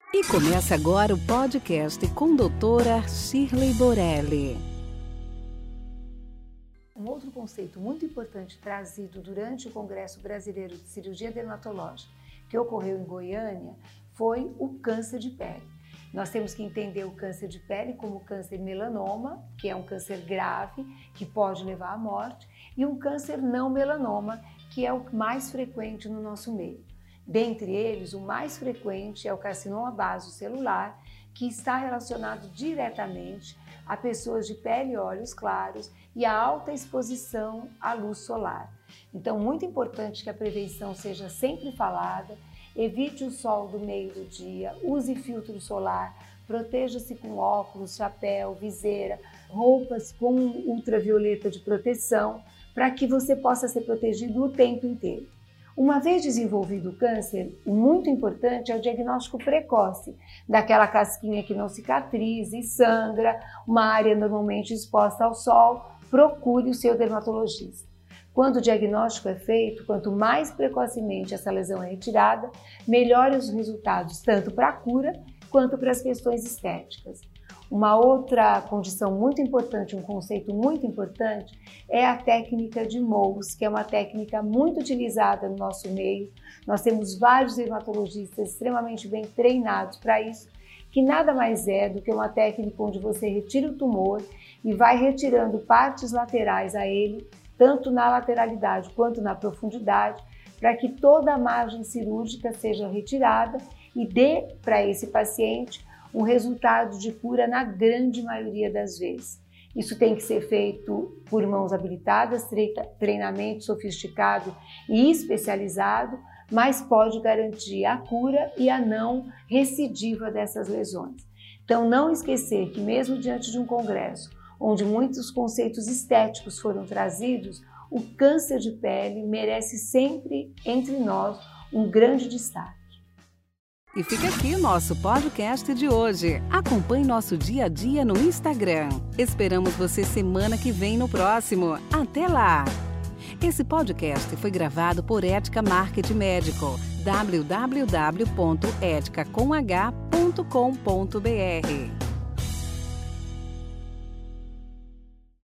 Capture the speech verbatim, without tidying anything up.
E começa agora o podcast com doutora Shirley Borelli. Um outro conceito muito importante trazido durante o Congresso Brasileiro de Cirurgia Dermatológica, que ocorreu em Goiânia, foi o câncer de pele. Nós temos que entender o câncer de pele como o câncer melanoma, que é um câncer grave, que pode levar à morte, e um câncer não melanoma, que é o mais frequente no nosso meio. Dentre eles, o mais frequente é o carcinoma basocelular, que está relacionado diretamente a pessoas de pele e olhos claros e a alta exposição à luz solar. Então, muito importante que a prevenção seja sempre falada, evite o sol do meio do dia, use filtro solar, proteja-se com óculos, chapéu, viseira, roupas com ultravioleta de proteção, para que você possa ser protegido o tempo inteiro. Uma vez desenvolvido o câncer, o muito importante é o diagnóstico precoce, daquela casquinha que não cicatriza e sangra, uma área normalmente exposta ao sol, procure o seu dermatologista. Quando o diagnóstico é feito, quanto mais precocemente essa lesão é retirada, melhores os resultados tanto para a cura quanto para as questões estéticas. Uma outra condição muito importante, um conceito muito importante, é a técnica de Mohs, que é uma técnica muito utilizada no nosso meio. Nós temos vários dermatologistas extremamente bem treinados para isso, que nada mais é do que uma técnica onde você retira o tumor e vai retirando partes laterais a ele, tanto na lateralidade quanto na profundidade, para que toda a margem cirúrgica seja retirada e dê para esse paciente um resultado de cura na grande maioria das vezes. Isso tem que ser feito por mãos habilitadas, treinamento sofisticado e especializado, mas pode garantir a cura e a não recidiva dessas lesões. Então, não esquecer que mesmo diante de um congresso, onde muitos conceitos estéticos foram trazidos, o câncer de pele merece sempre, entre nós, um grande destaque. E fica aqui o nosso podcast de hoje. Acompanhe nosso dia a dia no Instagram. Esperamos você semana que vem no próximo. Até lá! Esse podcast foi gravado por Ética Marketing Medical. w w w ponto ética com h ponto com ponto b r